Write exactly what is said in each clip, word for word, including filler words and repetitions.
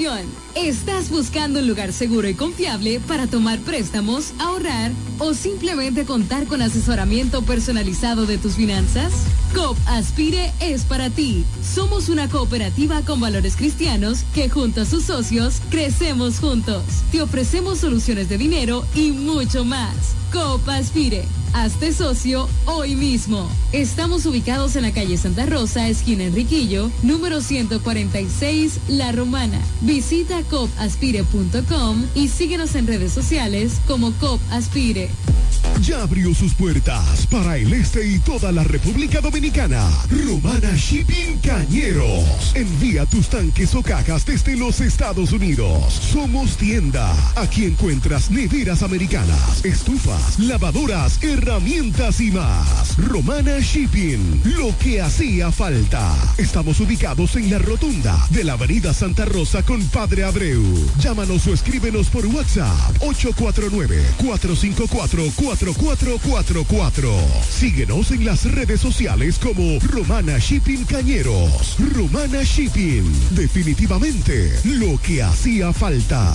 Atención, ¿estás buscando un lugar seguro y confiable para tomar préstamos, ahorrar o simplemente contar con asesoramiento personalizado de tus finanzas? Coop Aspire es para ti. Somos una cooperativa con valores cristianos que junto a sus socios crecemos juntos. Te ofrecemos soluciones de dinero y mucho más. Coop Aspire. Hazte socio hoy mismo. Estamos ubicados en la calle Santa Rosa, esquina Enriquillo, número ciento cuarenta y seis, La Romana. Visita coop aspire punto com y síguenos en redes sociales como Coop Aspire. Ya abrió sus puertas para el este y toda la República Dominicana. Romana Shipping Cañeros. Envía tus tanques o cajas desde los Estados Unidos. Somos tienda. Aquí encuentras neveras americanas, estufas, lavadoras, herramientas y más. Romana Shipping. Lo que hacía falta. Estamos ubicados en la rotunda de la avenida Santa Rosa con Padre Abreu. Llámanos o escríbenos por WhatsApp ocho cuatro nueve, cuatro cinco cuatro, cuatro cuatro cuatro cuatro. Síguenos en las redes sociales como Romana Shipping Cañeros. Romana Shipping, definitivamente lo que hacía falta.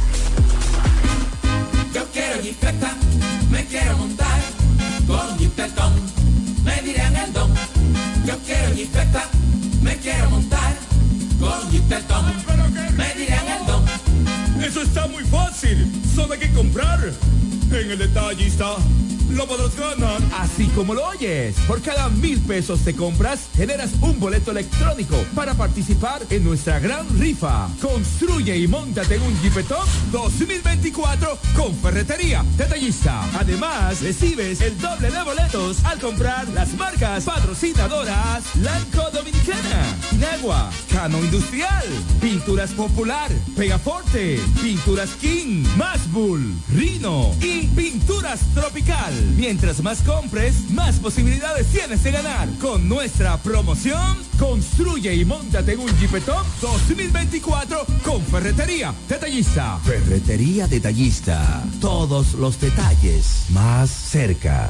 Yo quiero jipeta, me quiero montar con jipetón, me dirán el don. Yo quiero jipeta, me quiero montar con jipetón, me dirán el don. Eso está muy fácil, solo hay que comprar. En el Detallista lo podrás ganar. Así como lo oyes, por cada mil pesos que compras, generas un boleto electrónico para participar en nuestra gran rifa. Construye y móntate en un Jeepetop dos mil veinticuatro con Ferretería Detallista. Además, recibes el doble de boletos al comprar las marcas patrocinadoras Lanco Dominicana, Inagua, Cano Industrial, Pinturas Popular, Pegaforte, Pinturas King, Masbull, Rino y Pinturas Tropical. Mientras más compres, más posibilidades tienes de ganar. Con nuestra promoción, construye y móntate en un Jeepetop dos mil veinticuatro con Ferretería Detallista. Ferretería Detallista. Todos los detalles más cerca.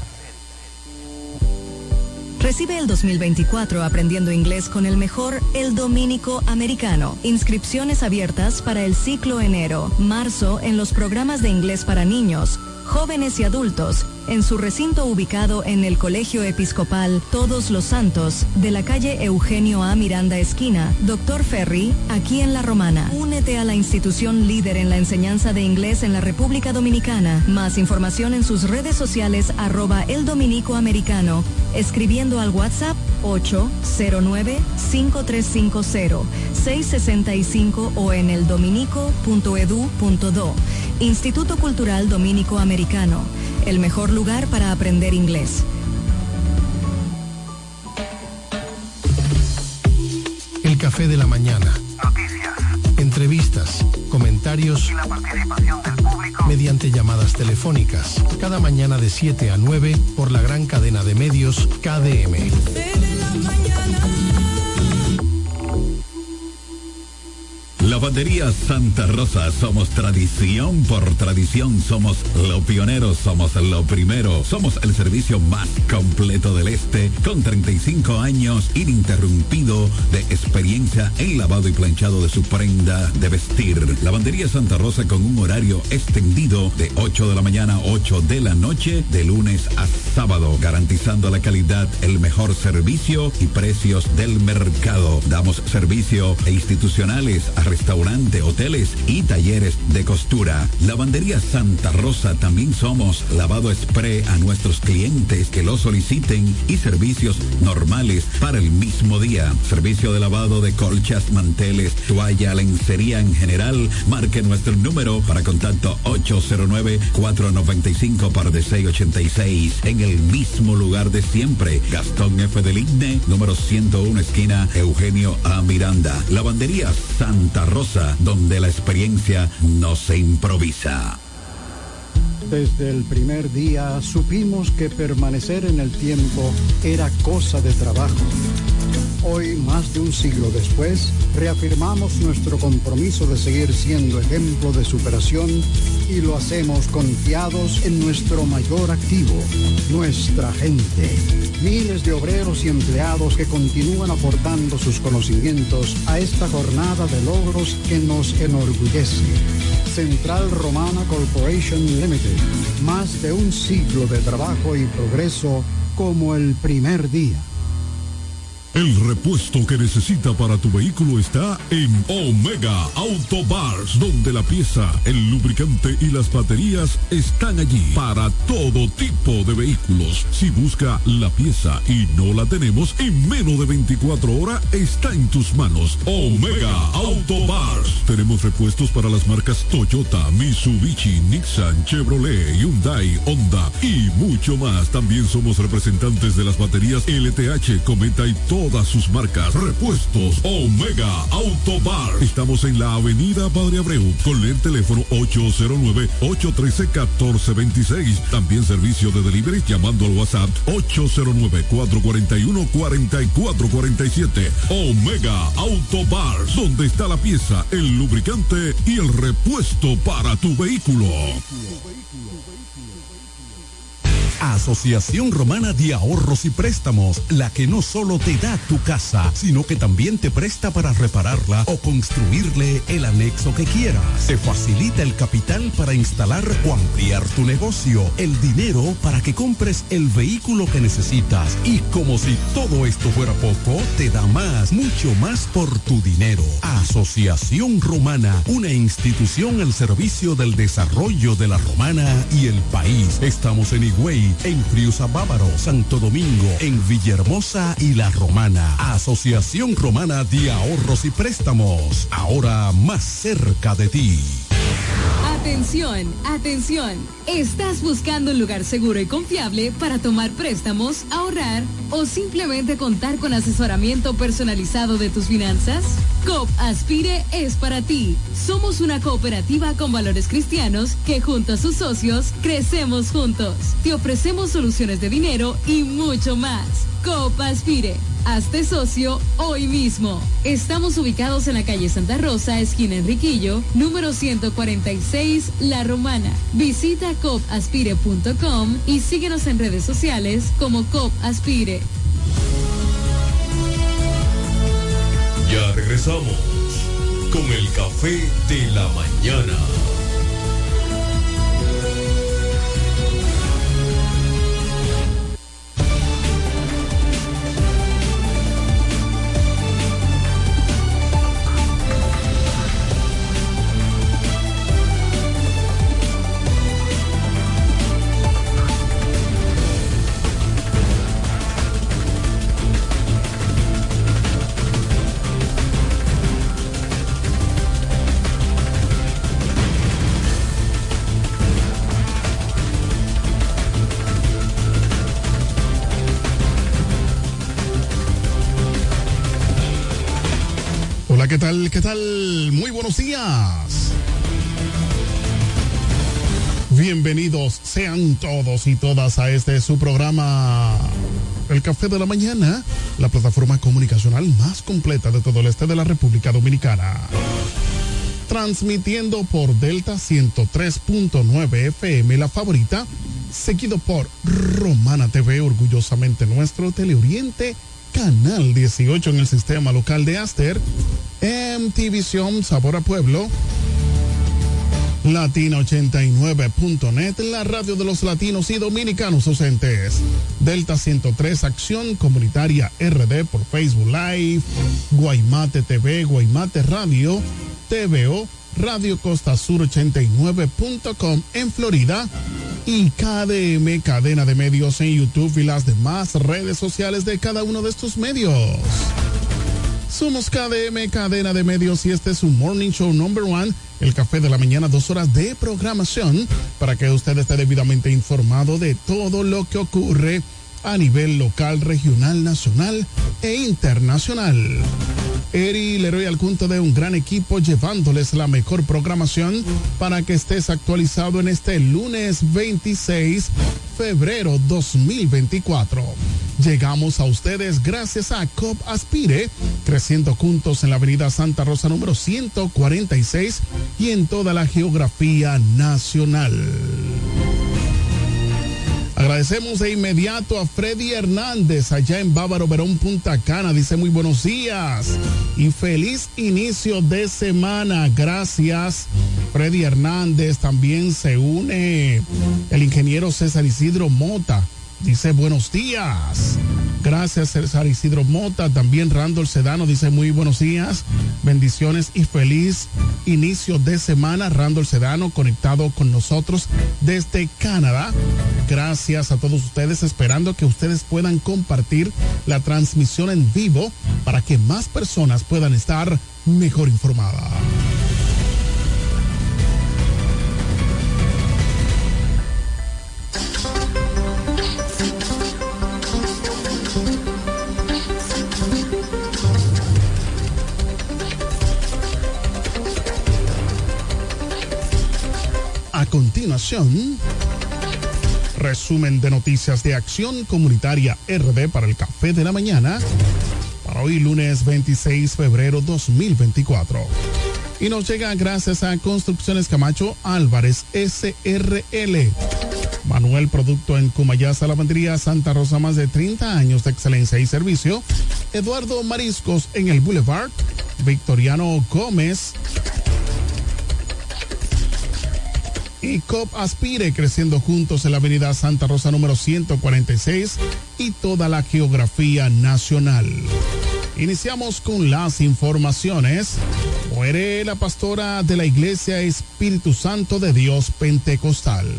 Recibe el dos mil veinticuatro aprendiendo inglés con el mejor El Dominico Americano. Inscripciones abiertas para el ciclo enero-marzo en los programas de inglés para niños, jóvenes y adultos, en su recinto ubicado en el Colegio Episcopal Todos los Santos, de la calle Eugenio A. Miranda esquina, Doctor Ferry, aquí en La Romana. Únete a la institución líder en la enseñanza de inglés en la República Dominicana. Más información en sus redes sociales arroba El Dominico Americano, escribiendo al WhatsApp ocho cero nueve, cinco tres cinco cero, seis seis cinco o en el dominico punto edu punto do. Instituto Cultural Dominico Americano, el mejor lugar para aprender inglés. El café de la mañana. Noticias. Entrevistas, comentarios y la participación del público mediante llamadas telefónicas. Cada mañana de siete a nueve por la gran cadena de medios K D M. Lavandería Santa Rosa, somos tradición por tradición, somos los pioneros, somos lo primero, somos el servicio más completo del este, con treinta y cinco años ininterrumpido de experiencia en lavado y planchado de su prenda de vestir. Lavandería Santa Rosa con un horario extendido de ocho de la mañana a ocho de la noche, de lunes a sábado, garantizando la calidad, el mejor servicio y precios del mercado. Damos servicio e institucionales a restaurante, hoteles y talleres de costura. Lavandería Santa Rosa, también somos lavado express a nuestros clientes que lo soliciten y servicios normales para el mismo día. Servicio de lavado de colchas, manteles, toalla, lencería en general. Marque nuestro número para contacto ocho cero nueve, cuatro nueve cinco, seis ocho seis en el mismo lugar de siempre. Gastón F. del Igne, número ciento uno, esquina Eugenio A. Miranda. Lavandería Santa Rosa, donde la experiencia no se improvisa. Desde el primer día supimos que permanecer en el tiempo era cosa de trabajo. Hoy, más de un siglo después, reafirmamos nuestro compromiso de seguir siendo ejemplo de superación y lo hacemos confiados en nuestro mayor activo, nuestra gente. Miles de obreros y empleados que continúan aportando sus conocimientos a esta jornada de logros que nos enorgullece. Central Romana Corporation Limited. Más de un siglo de trabajo y progreso como el primer día. El repuesto que necesita para tu vehículo está en Omega Auto Bars, donde la pieza, el lubricante y las baterías están allí para todo tipo de vehículos. Si busca la pieza y no la tenemos, en menos de veinticuatro horas está en tus manos. Omega Auto Bars. Tenemos repuestos para las marcas Toyota, Mitsubishi, Nissan, Chevrolet, Hyundai, Honda y mucho más. También somos representantes de las baterías L T H, Cometa y todo. Todas sus marcas. Repuestos Omega Auto Bar. Estamos en la avenida Padre Abreu con el teléfono ocho cero nueve, ocho uno tres, uno cuatro dos seis. También servicio de delivery llamando al WhatsApp ocho cero nueve, cuatro cuatro uno, cuatro cuatro cuatro siete. Omega Auto Bar, donde está la pieza, el lubricante y el repuesto para tu vehículo. Asociación Romana de Ahorros y Préstamos, la que no solo te da tu casa, sino que también te presta para repararla o construirle el anexo que quieras. Te facilita el capital para instalar o ampliar tu negocio, el dinero para que compres el vehículo que necesitas y, como si todo esto fuera poco, te da más, mucho más por tu dinero. Asociación Romana, una institución al servicio del desarrollo de la Romana y el país. Estamos en Higüey, en Friusa Bávaro, Santo Domingo, en Villahermosa y La Romana. Asociación Romana de Ahorros y Préstamos, ahora más cerca de ti. Atención, atención. ¿Estás buscando un lugar seguro y confiable para tomar préstamos, ahorrar o simplemente contar con asesoramiento personalizado de tus finanzas? COP Aspire es para ti. Somos una cooperativa con valores cristianos que junto a sus socios crecemos juntos. Te ofrecemos soluciones de dinero y mucho más. COP Aspire. Hazte socio hoy mismo. Estamos ubicados en la calle Santa Rosa, esquina Enriquillo, número ciento cuarenta y seis, La Romana. Visita cop aspire punto com y síguenos en redes sociales como COP Aspire. Ya regresamos con el café de la mañana. ¿Qué tal? ¿Qué tal? Muy buenos días. Bienvenidos sean todos y todas a este su programa El Café de la Mañana, la plataforma comunicacional más completa de todo el este de la República Dominicana. Transmitiendo por Delta ciento tres punto nueve F M, la favorita, seguido por Romana T V, orgullosamente nuestro, Teleoriente, Canal dieciocho en el sistema local de Aster, M T V Vision, Sabor a Pueblo, Latina ochenta y nueve punto net, la radio de los latinos y dominicanos ausentes, Delta ciento tres, Acción Comunitaria R D por Facebook Live, Guaymate T V, Guaymate Radio, T V O, Radio Costa Sur ochenta y nueve punto com en Florida, y K D M, cadena de medios en YouTube y las demás redes sociales de cada uno de estos medios. Somos K D M, cadena de medios, y este es un Morning Show Number One, el café de la mañana, dos horas de programación para que usted esté debidamente informado de todo lo que ocurre a nivel local, regional, nacional e internacional. Eri Leroy al punto de un gran equipo llevándoles la mejor programación para que estés actualizado en este lunes veintiséis de febrero dos mil veinticuatro. Llegamos a ustedes gracias a COP Aspire, creciendo juntos en la avenida Santa Rosa número ciento cuarenta y seis y en toda la geografía nacional. Agradecemos de inmediato a Freddy Hernández allá en Bávaro Verón, Punta Cana. Dice muy buenos días y feliz inicio de semana. Gracias, Freddy Hernández. También se une el ingeniero César Isidro Mota. Dice buenos días. Gracias, César Isidro Mota. También Randall Sedano dice muy buenos días, bendiciones y feliz inicio de semana. Randall Sedano conectado con nosotros desde Canadá. Gracias a todos ustedes, esperando que ustedes puedan compartir la transmisión en vivo para que más personas puedan estar mejor informadas. A continuación, resumen de noticias de Acción Comunitaria R D para el Café de la Mañana, para hoy lunes veintiséis de febrero dos mil veinticuatro. Y nos llega gracias a Construcciones Camacho Álvarez S R L. Manuel Producto en Cumayasa, Lavandería Santa Rosa, más de treinta años de excelencia y servicio. Eduardo Mariscos en el Boulevard. Victoriano Gómez. Y Cop Aspire, creciendo juntos en la avenida Santa Rosa número ciento cuarenta y seis y toda la geografía nacional. Iniciamos con las informaciones. Muere la pastora de la Iglesia Espíritu Santo de Dios Pentecostal.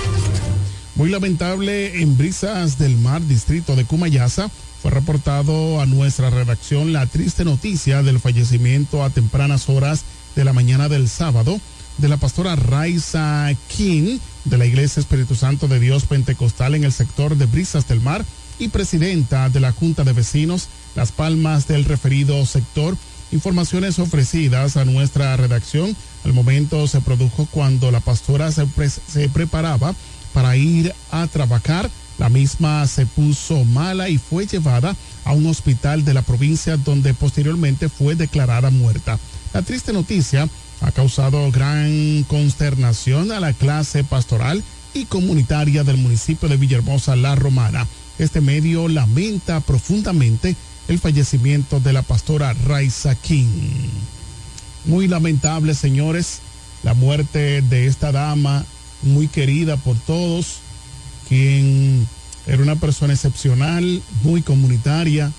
Muy lamentable, en Brisas del Mar, distrito de Cumayasa, fue reportado a nuestra redacción la triste noticia del fallecimiento a tempranas horas de la mañana del sábado de la pastora Raiza King de la Iglesia Espíritu Santo de Dios Pentecostal en el sector de Brisas del Mar y presidenta de la Junta de Vecinos Las Palmas del referido sector. Informaciones ofrecidas a nuestra redacción. Al momento se produjo cuando la pastora se, pre se preparaba para ir a trabajar. La misma se puso mala y fue llevada a un hospital de la provincia donde posteriormente fue declarada muerta. La triste noticia ha causado gran consternación a la clase pastoral y comunitaria del municipio de Villahermosa, La Romana. Este medio lamenta profundamente el fallecimiento de la pastora Raiza King. Muy lamentable, señores, la muerte de esta dama, muy querida por todos, quien era una persona excepcional, muy comunitaria,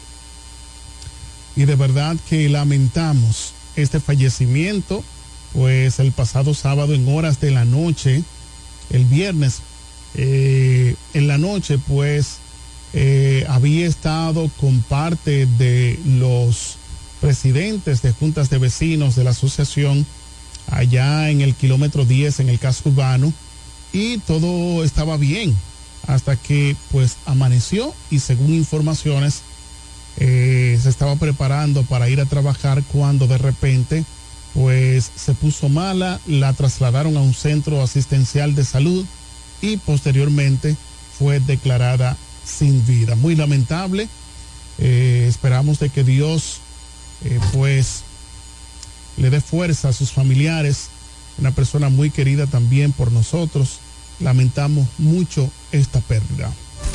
y de verdad que lamentamos este fallecimiento. Pues el pasado sábado en horas de la noche, el viernes eh, en la noche, pues eh, había estado con parte de los presidentes de juntas de vecinos de la asociación allá en el kilómetro diez en el casco urbano, y todo estaba bien hasta que pues amaneció y según informaciones eh, se estaba preparando para ir a trabajar cuando de repente pues se puso mala, la trasladaron a un centro asistencial de salud y posteriormente fue declarada sin vida. Muy lamentable. Eh, esperamos de que Dios eh, pues le dé fuerza a sus familiares, una persona muy querida también por nosotros. Lamentamos mucho esta pérdida.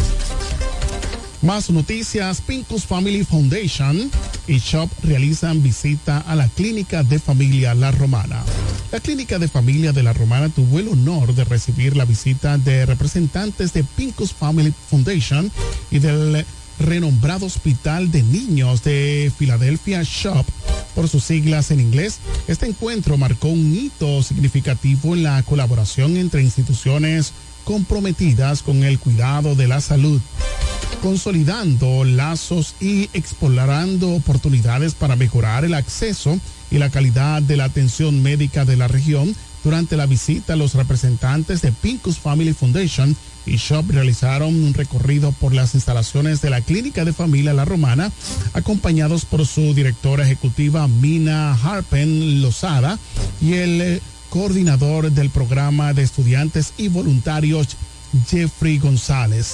Más noticias. Pincus Family Foundation y Shop realizan visita a la Clínica de Familia La Romana. La Clínica de Familia de La Romana tuvo el honor de recibir la visita de representantes de Pincus Family Foundation y del renombrado Hospital de Niños de Filadelfia, Shop, por sus siglas en inglés. Este encuentro marcó un hito significativo en la colaboración entre instituciones comprometidas con el cuidado de la salud, consolidando lazos y explorando oportunidades para mejorar el acceso y la calidad de la atención médica de la región. Durante la visita, los representantes de Pincus Family Foundation y Shop realizaron un recorrido por las instalaciones de la Clínica de Familia La Romana, acompañados por su directora ejecutiva Mina Harpen Lozada y el eh, coordinador del programa de estudiantes y voluntarios Jeffrey González.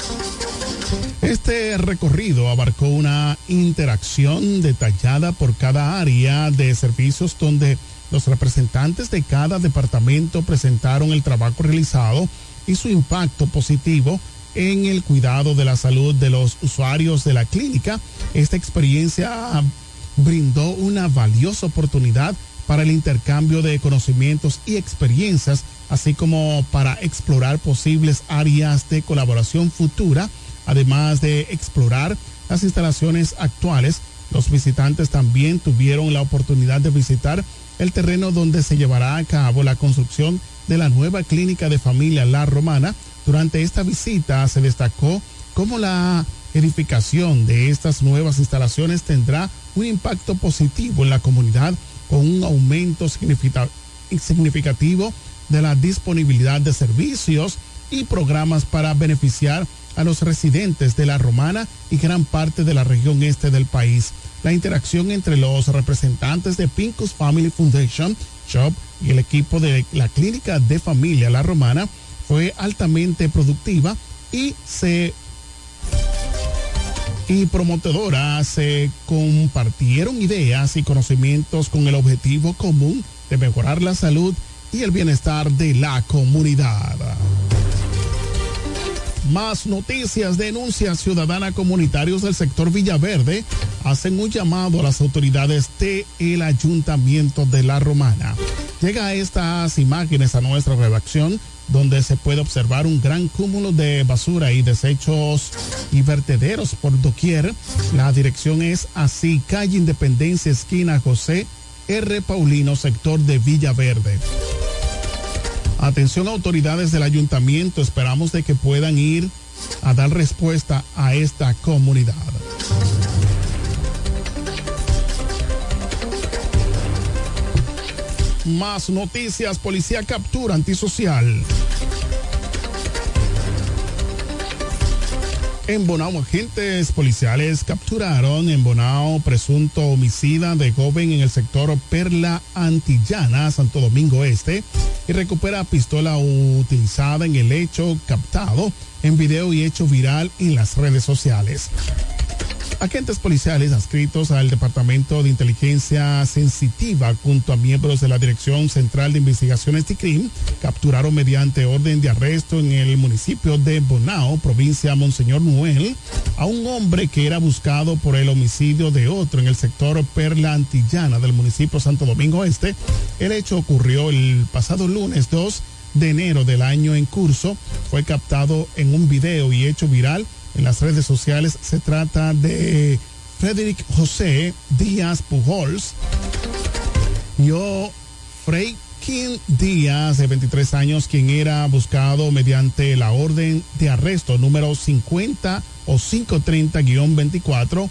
Este recorrido abarcó una interacción detallada por cada área de servicios donde los representantes de cada departamento presentaron el trabajo realizado y su impacto positivo en el cuidado de la salud de los usuarios de la clínica. Esta experiencia brindó una valiosa oportunidad para el intercambio de conocimientos y experiencias, así como para explorar posibles áreas de colaboración futura, además de explorar las instalaciones actuales. Los visitantes también tuvieron la oportunidad de visitar el terreno donde se llevará a cabo la construcción de la nueva clínica de familia La Romana. Durante esta visita se destacó cómo la edificación de estas nuevas instalaciones tendrá un impacto positivo en la comunidad, con un aumento significativo de la disponibilidad de servicios y programas para beneficiar a los residentes de La Romana y gran parte de la región este del país. La interacción entre los representantes de Pincus Family Foundation Shop y el equipo de la clínica de familia La Romana fue altamente productiva y se y promotora. Se compartieron ideas y conocimientos con el objetivo común de mejorar la salud y el bienestar de la comunidad. Más noticias. Denuncias ciudadanas comunitarios del sector Villaverde hacen un llamado a las autoridades del Ayuntamiento de La Romana. Llega estas imágenes a nuestra redacción, donde se puede observar un gran cúmulo de basura y desechos y vertederos por doquier. La dirección es así: calle Independencia, esquina José R. Paulino, sector de Villaverde. Atención, autoridades del ayuntamiento, esperamos de que puedan ir a dar respuesta a esta comunidad. Más noticias. Policía captura antisocial. En Bonao, agentes policiales capturaron en Bonao presunto homicida de joven en el sector Perla Antillana, Santo Domingo Este, y recupera pistola utilizada en el hecho, captado en video y hecho viral en las redes sociales. Agentes policiales adscritos al Departamento de Inteligencia Sensitiva junto a miembros de la Dirección Central de Investigaciones de C R I M capturaron mediante orden de arresto en el municipio de Bonao, provincia Monseñor Noel, a un hombre que era buscado por el homicidio de otro en el sector Perla Antillana del municipio Santo Domingo Este. El hecho ocurrió el pasado lunes dos de enero del año en curso. Fue captado en un video y hecho viral en las redes sociales. Se trata de Frederick José Díaz Pujols y Freikin Díaz, de veintitrés años, quien era buscado mediante la orden de arresto número cincuenta o quinientos treinta guión veinticuatro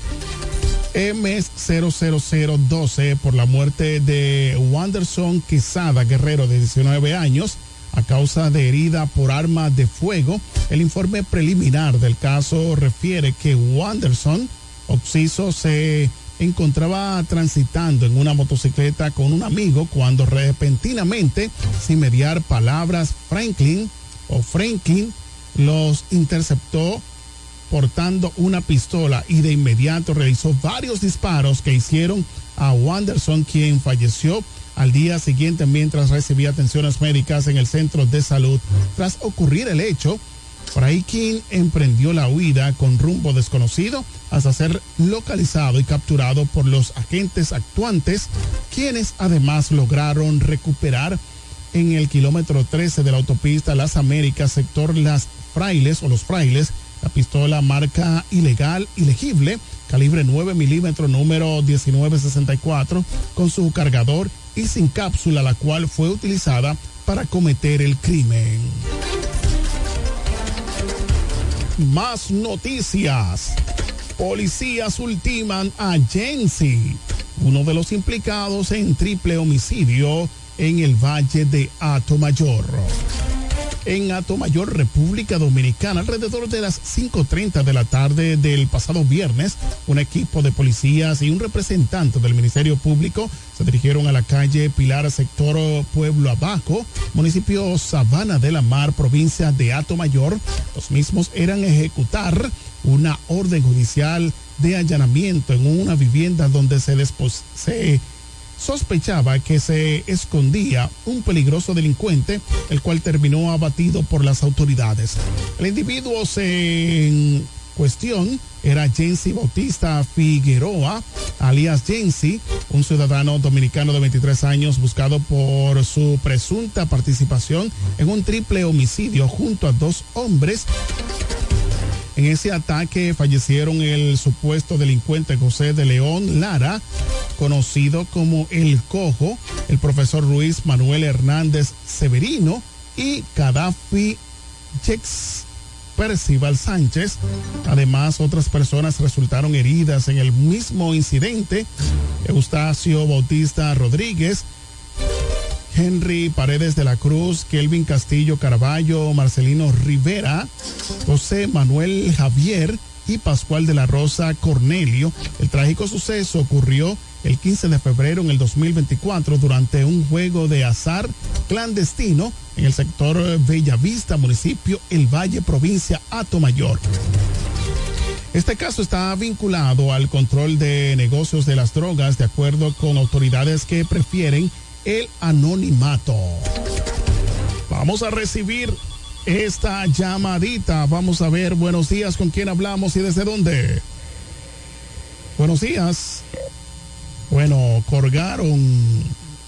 M cero cero cero doce por la muerte de Wanderson Quesada Guerrero, de diecinueve años, a causa de herida por arma de fuego. El informe preliminar del caso refiere que Wanderson Oxiso se encontraba transitando en una motocicleta con un amigo cuando repentinamente, sin mediar palabras, Franklin o Franklin los interceptó portando una pistola y de inmediato realizó varios disparos que hicieron a Wanderson, quien falleció al día siguiente mientras recibía atenciones médicas en el centro de salud. Tras ocurrir el hecho, Franklin emprendió la huida con rumbo desconocido hasta ser localizado y capturado por los agentes actuantes, quienes además lograron recuperar en el kilómetro trece de la autopista Las Américas, sector Las Frailes o Los Frailes, la pistola marca ilegal ilegible, calibre nueve milímetros, número diecinueve sesenta y cuatro, con su cargador y sin cápsula, la cual fue utilizada para cometer el crimen. Más noticias. Policías ultiman a Jensi, uno de los implicados en triple homicidio en el Valle de Atomayor. En Atomayor, República Dominicana, alrededor de las cinco treinta de la tarde del pasado viernes, un equipo de policías y un representante del Ministerio Público se dirigieron a la calle Pilar, sector Pueblo Abajo, municipio Sabana de la Mar, provincia de Atomayor. Los mismos eran ejecutar una orden judicial de allanamiento en una vivienda donde se, se sospechaba que se escondía un peligroso delincuente, el cual terminó abatido por las autoridades. El individuo en cuestión era Jensi Bautista Figueroa, alias Jensi, un ciudadano dominicano de veintitrés años buscado por su presunta participación en un triple homicidio junto a dos hombres. En ese ataque fallecieron el supuesto delincuente José de León Lara, conocido como El Cojo, el profesor Luis Manuel Hernández Severino y Gaddafi Jex Percival Sánchez. Además, otras personas resultaron heridas en el mismo incidente: Eustacio Bautista Rodríguez, Henry Paredes de la Cruz, Kelvin Castillo Caraballo, Marcelino Rivera, José Manuel Javier y Pascual de la Rosa Cornelio. El trágico suceso ocurrió el quince de febrero en el dos mil veinticuatro durante un juego de azar clandestino en el sector Bellavista, municipio El Valle, provincia Atomayor. Este caso está vinculado al control de negocios de las drogas, de acuerdo con autoridades que prefieren el anonimato. Vamos a recibir esta llamadita. Vamos a ver, buenos días, ¿con quién hablamos y desde dónde? Buenos días. Bueno, colgaron.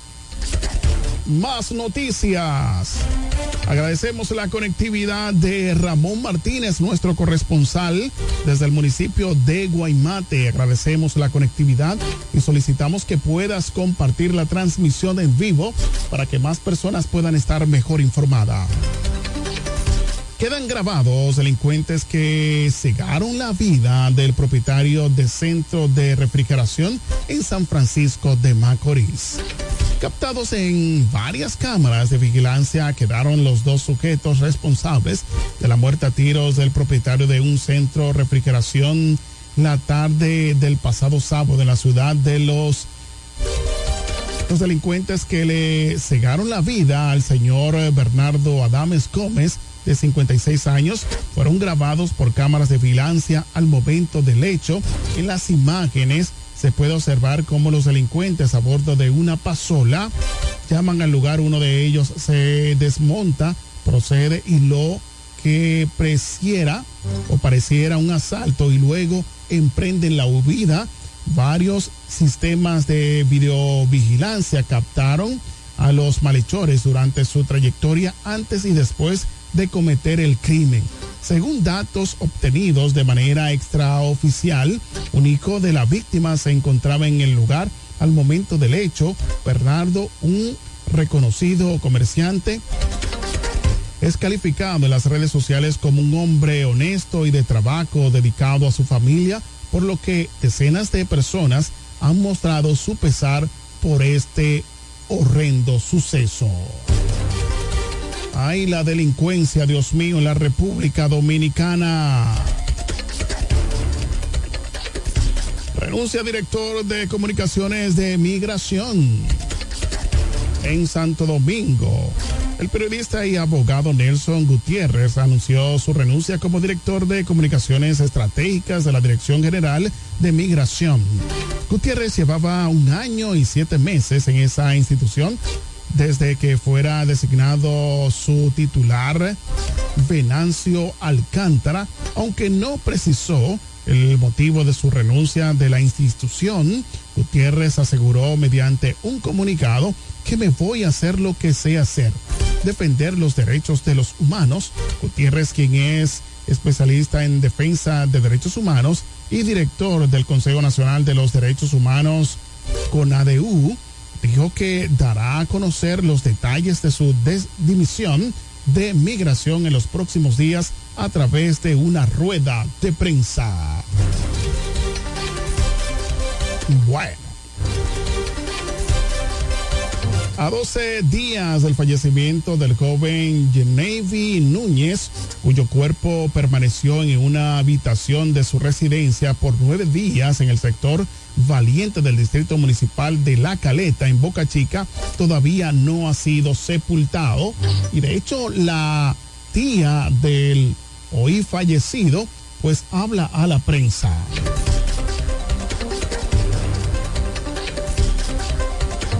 Más noticias. Agradecemos la conectividad de Ramón Martínez, nuestro corresponsal desde el municipio de Guaymate. Agradecemos la conectividad y solicitamos que puedas compartir la transmisión en vivo para que más personas puedan estar mejor informadas. Quedan grabados delincuentes que cegaron la vida del propietario de centro de refrigeración en San Francisco de Macorís. Captados en varias cámaras de vigilancia, quedaron los dos sujetos responsables de la muerte a tiros del propietario de un centro de refrigeración la tarde del pasado sábado en la ciudad de Los Los delincuentes que le cegaron la vida al señor Bernardo Adames Gómez, de cincuenta y seis años, fueron grabados por cámaras de vigilancia al momento del hecho. En las imágenes se puede observar cómo los delincuentes a bordo de una pasola llaman al lugar. Uno de ellos se desmonta, procede y lo que pareciera o pareciera un asalto y luego emprenden la huida. Varios sistemas de videovigilancia captaron a los malhechores durante su trayectoria antes y después de cometer el crimen. Según datos obtenidos de manera extraoficial, un hijo de la víctima se encontraba en el lugar al momento del hecho. Bernardo, un reconocido comerciante, es calificado en las redes sociales como un hombre honesto y de trabajo, dedicado a su familia, por lo que decenas de personas han mostrado su pesar por este horrendo suceso. Ay, la delincuencia, Dios mío, en la República Dominicana. Renuncia director de comunicaciones de migración en Santo Domingo. El periodista y abogado Nelson Gutiérrez anunció su renuncia como director de comunicaciones estratégicas de la Dirección General de Migración. Gutiérrez llevaba un año y siete meses en esa institución desde que fuera designado su titular, Venancio Alcántara, aunque no precisó el motivo de su renuncia de la institución. Gutiérrez aseguró mediante un comunicado que me voy a hacer lo que sé hacer, defender los derechos de los humanos. Gutiérrez, quien es especialista en defensa de derechos humanos y director del Consejo Nacional de los Derechos Humanos, CONADEU, dijo que dará a conocer los detalles de su dimisión de migración en los próximos días a través de una rueda de prensa. Bueno. A doce días del fallecimiento del joven Genevi Núñez, cuyo cuerpo permaneció en una habitación de su residencia por nueve días en el sector Valiente del Distrito Municipal de La Caleta, en Boca Chica, todavía no ha sido sepultado. Y de hecho, la tía del hoy fallecido, pues habla a la prensa.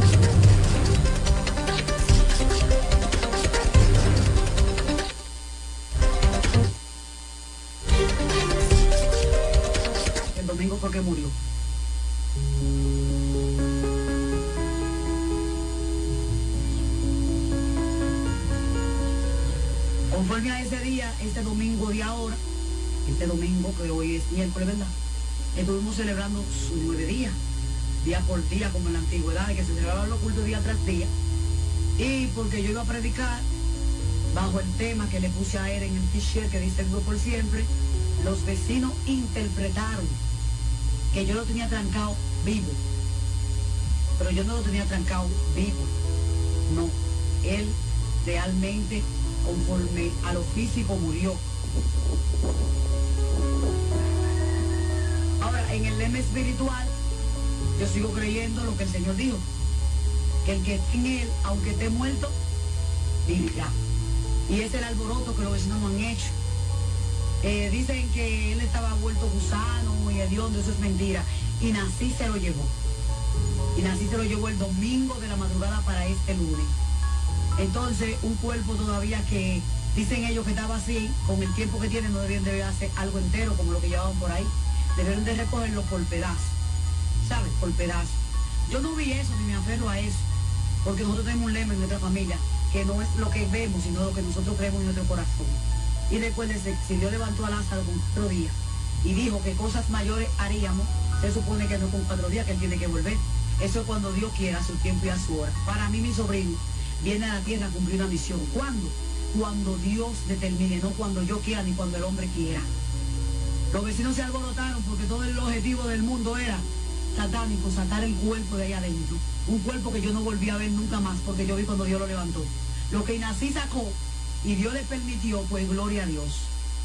que murió. Conforme a ese día, este domingo de ahora, este domingo que hoy es miércoles, ¿verdad? Estuvimos celebrando sus nueve días, día por día, como en la antigüedad, de que se celebraban los cultos día tras día. Y porque yo iba a predicar bajo el tema que le puse a él en el t-shirt que dice Dios por siempre, los vecinos interpretaron que yo lo tenía trancado vivo. Pero yo no lo tenía trancado vivo. No, él realmente, conforme a lo físico, murió. Ahora, en el lema espiritual, yo sigo creyendo lo que el Señor dijo, que el que esté en él, aunque esté muerto, vivirá. Y ese es el alboroto que los vecinos no han hecho. Eh, dicen que él estaba vuelto gusano y hediondo, eso es mentira. Y Nací se lo llevó. Y Nací se lo llevó el domingo de la madrugada para este lunes. Entonces, un cuerpo todavía que dicen ellos que estaba así, con el tiempo que tiene, no debían de hacer algo entero como lo que llevaban por ahí. Debieron de recogerlo por pedazos, ¿sabes? Por pedazos. Yo no vi eso, ni me aferro a eso, porque nosotros tenemos un lema en nuestra familia, que no es lo que vemos, sino lo que nosotros creemos en nuestro corazón. Y recuérdense, si Dios levantó a Lázaro con cuatro días y dijo que cosas mayores haríamos, se supone que no con cuatro días, que él tiene que volver. Eso es cuando Dios quiera, a su tiempo y a su hora. Para mí, mi sobrino viene a la tierra a cumplir una misión. ¿Cuándo? Cuando Dios determine, no cuando yo quiera ni cuando el hombre quiera. Los vecinos se alborotaron porque todo el objetivo del mundo era satánico, sacar el cuerpo de allá adentro. Un cuerpo que yo no volví a ver nunca más porque yo vi cuando Dios lo levantó. Lo que Nací sacó y Dios le permitió, pues gloria a Dios.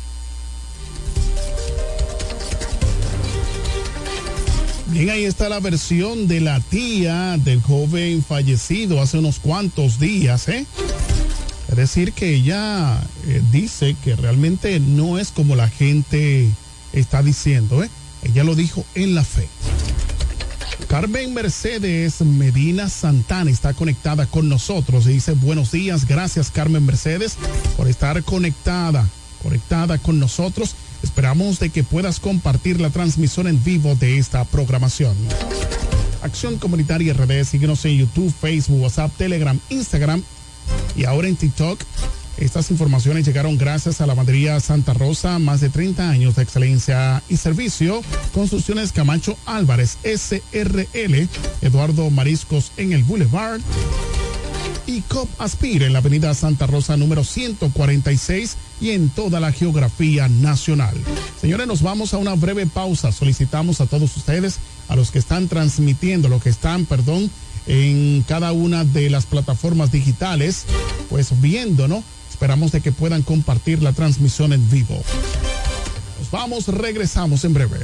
Bien, ahí está la versión de la tía del joven fallecido hace unos cuantos días, ¿eh? Es decir, que ella eh, dice que realmente no es como la gente está diciendo, ¿eh? Ella lo dijo en la fe. Carmen Mercedes Medina Santana está conectada con nosotros y dice buenos días, gracias Carmen Mercedes por estar conectada, conectada con nosotros. Esperamos de que puedas compartir la transmisión en vivo de esta programación. Acción Comunitaria R D, síguenos en YouTube, Facebook, WhatsApp, Telegram, Instagram y ahora en TikTok. Estas informaciones llegaron gracias a la Madería Santa Rosa, más de treinta años de excelencia y servicio. Construcciones Camacho Álvarez, S R L, Eduardo Mariscos en el Boulevard. Y C O P Aspire en la avenida Santa Rosa número ciento cuarenta y seis y en toda la geografía nacional. Señores, nos vamos a una breve pausa. Solicitamos a todos ustedes, a los que están transmitiendo, los que están, perdón, en cada una de las plataformas digitales, pues viéndonos, esperamos de que puedan compartir la transmisión en vivo. Nos vamos, regresamos en breve.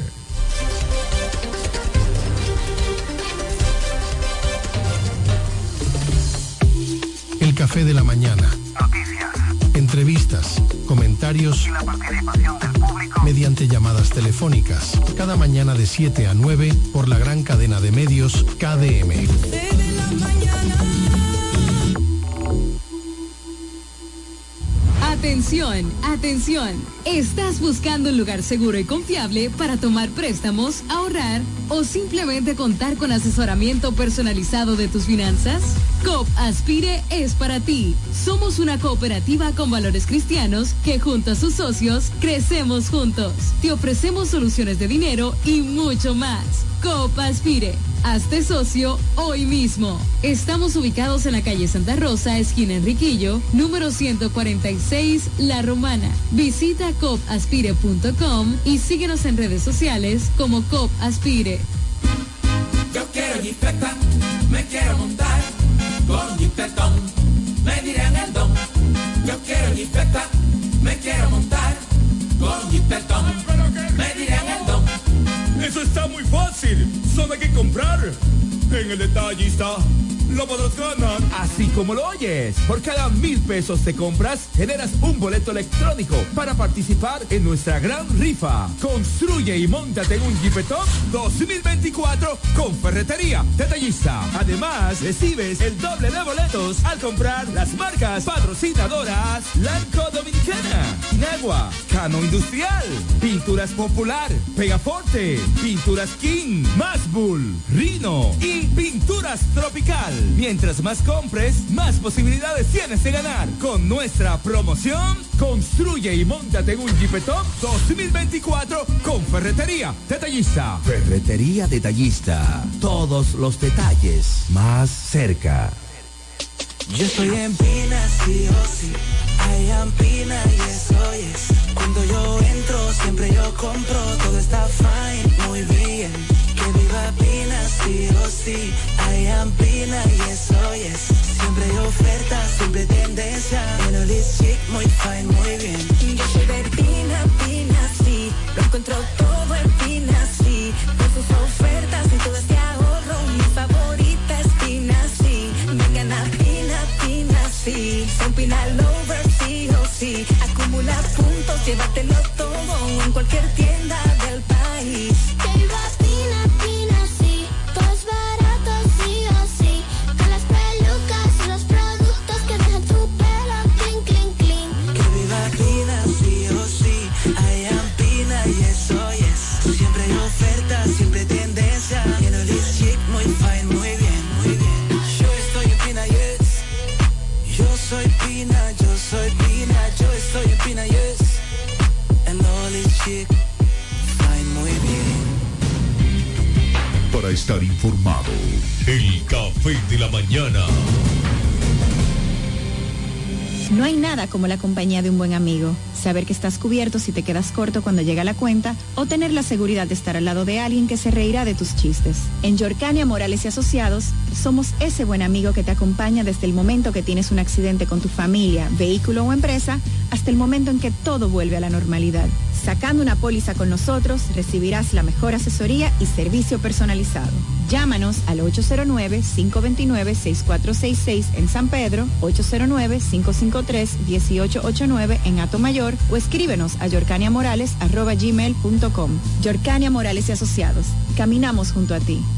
El café de la mañana. Noticias. Entrevistas, comentarios Y la participación del público mediante llamadas telefónicas. Cada mañana de siete a nueve por la gran cadena de medios K D M. Atención, atención. ¿Estás buscando un lugar seguro y confiable para tomar préstamos, ahorrar o simplemente contar con asesoramiento personalizado de tus finanzas? C O P Aspire es para ti. Somos una cooperativa con valores cristianos que junto a sus socios crecemos juntos. Te ofrecemos soluciones de dinero y mucho más. C O P Aspire. Hazte socio hoy mismo. Estamos ubicados en la calle Santa Rosa, esquina Enriquillo, número ciento cuarenta y seis, La Romana. Visita cop aspire punto com y síguenos en redes sociales como C O P Aspire. Yo quiero jipeta, me quiero montar con jipetón, me dirán el don. Yo quiero jipeta, me quiero montar con jipetón, me dirán el don. Eso está muy fácil, solo hay que comprar en el detallista. lo podrás ganar. Así como lo oyes, por cada mil pesos que compras, generas un boleto electrónico para participar en nuestra gran rifa. Construye y móntate en un Jeepetop dos mil veinticuatro con Ferretería Detallista. Además, recibes el doble de boletos al comprar las marcas patrocinadoras Lanco Dominicana, Inagua, Cano Industrial, Pinturas Popular, Pegaforte, Pinturas King, Masbull, Rino y Pinturas Tropical. Mientras más compres, más posibilidades tienes de ganar. Con nuestra promoción, construye y móntate en un Jeepetop dos mil veinticuatro con Ferretería Detallista. Ferretería Detallista. Todos los detalles más cerca. Yo estoy en Pina, sí o sí. I am Pina y eso es. Cuando yo entro, siempre yo compro. Todo está fine, muy bien. Que viva Pina, sí o sí. I am Pina y eso es. Siempre hay ofertas, siempre tendencia. En el chic, muy fine, muy bien. Yo soy de Pina, Pina, sí. Lo encuentro todo en Pina, sí. Con sus ofertas y todo este ahorro. Mi favorita es Pina, sí. Vengan a Pina, Pina, sí. Son Pina Lovers, sí o sí. Acumula puntos, llévatelo todo en cualquier tienda del país. Que viva Pina, Pina, sí. Todo es barato, sí o sí. Con las pelucas y los productos que dejan tu pelo clean, clean, clean. Que viva Pina, sí o sí. I am Pina y eso es. Siempre hay ofertas, siempre tendencia. En el chic, muy fine, muy bien, muy bien. Yo estoy en Pina, yes. Yo soy Pina, yo soy Pina. Yo estoy en Pina, yes. En el chic, fine, muy bien. Para estar informado, el café de la mañana. No hay nada como la compañía de un buen amigo. Saber que estás cubierto si te quedas corto cuando llega la cuenta o tener la seguridad de estar al lado de alguien que se reirá de tus chistes. En Yorcania Morales y Asociados somos ese buen amigo que te acompaña desde el momento que tienes un accidente con tu familia, vehículo o empresa hasta el momento en que todo vuelve a la normalidad. Sacando una póliza con nosotros recibirás la mejor asesoría y servicio personalizado. Llámanos al ocho cero nueve, cinco dos nueve, seis cuatro seis seis en San Pedro, ocho cero nueve, cinco cinco tres, uno ocho ocho nueve en Atomayor o escríbenos a yorcaniamorales arroba gmail punto com. Yorcania Morales y Asociados. Caminamos junto a ti.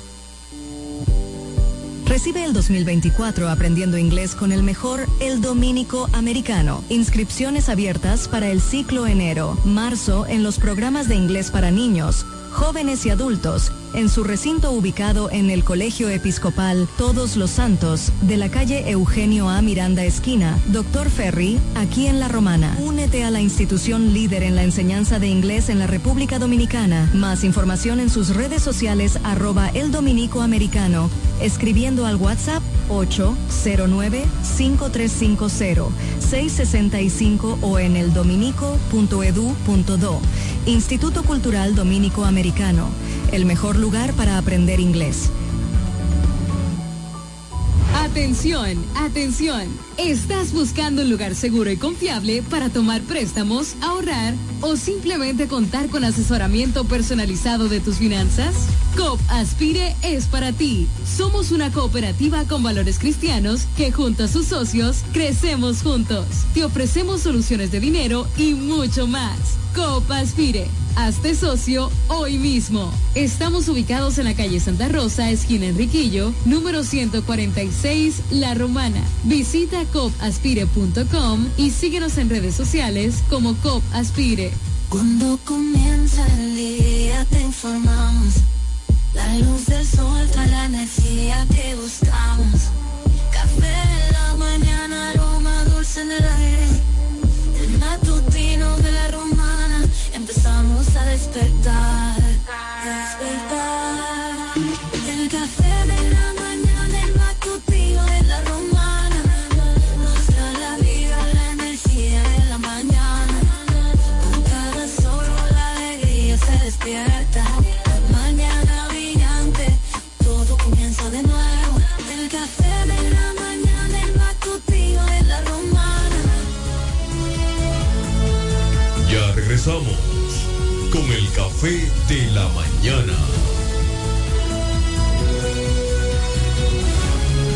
Recibe el dos mil veinticuatro aprendiendo inglés con el mejor El Dominico Americano. Inscripciones abiertas para el ciclo enero, marzo en los programas de inglés para niños, jóvenes y adultos, en su recinto ubicado en el Colegio Episcopal Todos los Santos, de la calle Eugenio A. Miranda esquina, Doctor Ferry, aquí en La Romana. Únete a la institución líder en la enseñanza de inglés en la República Dominicana. Más información en sus redes sociales arroba El Dominico Americano, escribiendo al WhatsApp ocho cero nueve, cinco tres cinco cero, seis seis cinco o en el dominico punto edu punto do. Instituto Cultural Dominico Americano, el mejor lugar para aprender inglés. Atención, atención. ¿Estás buscando un lugar seguro y confiable para tomar préstamos, ahorrar o simplemente contar con asesoramiento personalizado de tus finanzas? COP Aspire es para ti. Somos una cooperativa con valores cristianos que junto a sus socios crecemos juntos. Te ofrecemos soluciones de dinero y mucho más. COP Aspire. Hazte socio hoy mismo. Estamos ubicados en la calle Santa Rosa, esquina Enriquillo, número ciento cuarenta y seis, La Romana. Visita cop aspire punto com y síguenos en redes sociales como COP Aspire. Cuando comienza el día te informamos. La luz del sol trae la energía que buscamos. Café en la mañana, aroma dulce en el aire. El matutino de La Romana, empezamos a despertar. Despertar. El café de la mañana, el matutino de La Romana. Nos da la vida, la energía de la mañana. Con cada solo la alegría se despierta. Mañana brillante, todo comienza de nuevo. El café de la mañana, el matutino de La Romana. Ya regresamos con el café de la mañana.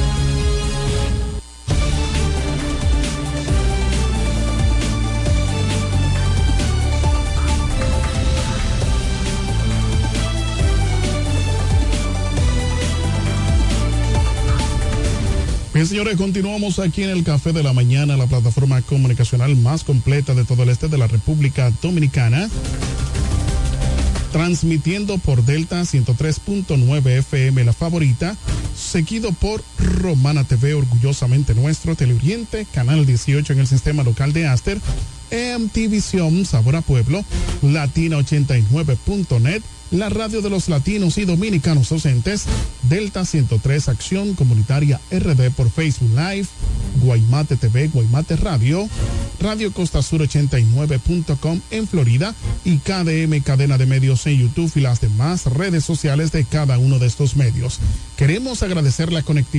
Bien, señores, continuamos aquí en el Café de la Mañana, la plataforma comunicacional más completa de todo el este de la República Dominicana. Transmitiendo por Delta ciento tres punto nueve F M, la favorita, seguido por Romana T V, orgullosamente nuestro, Teleoriente, Canal dieciocho en el sistema local de Aster, E M T Visión, Sabor a Pueblo, Latina ochenta y nueve punto net, la radio de los latinos y dominicanos ausentes, Delta ciento tres Acción Comunitaria R D por Facebook Live, Guaymate T V, Guaymate Radio, Radio Costa Sur ochenta y nueve punto com en Florida y K D M Cadena de Medios en YouTube y las demás redes sociales de cada uno de estos medios. Queremos agradecer la conectividad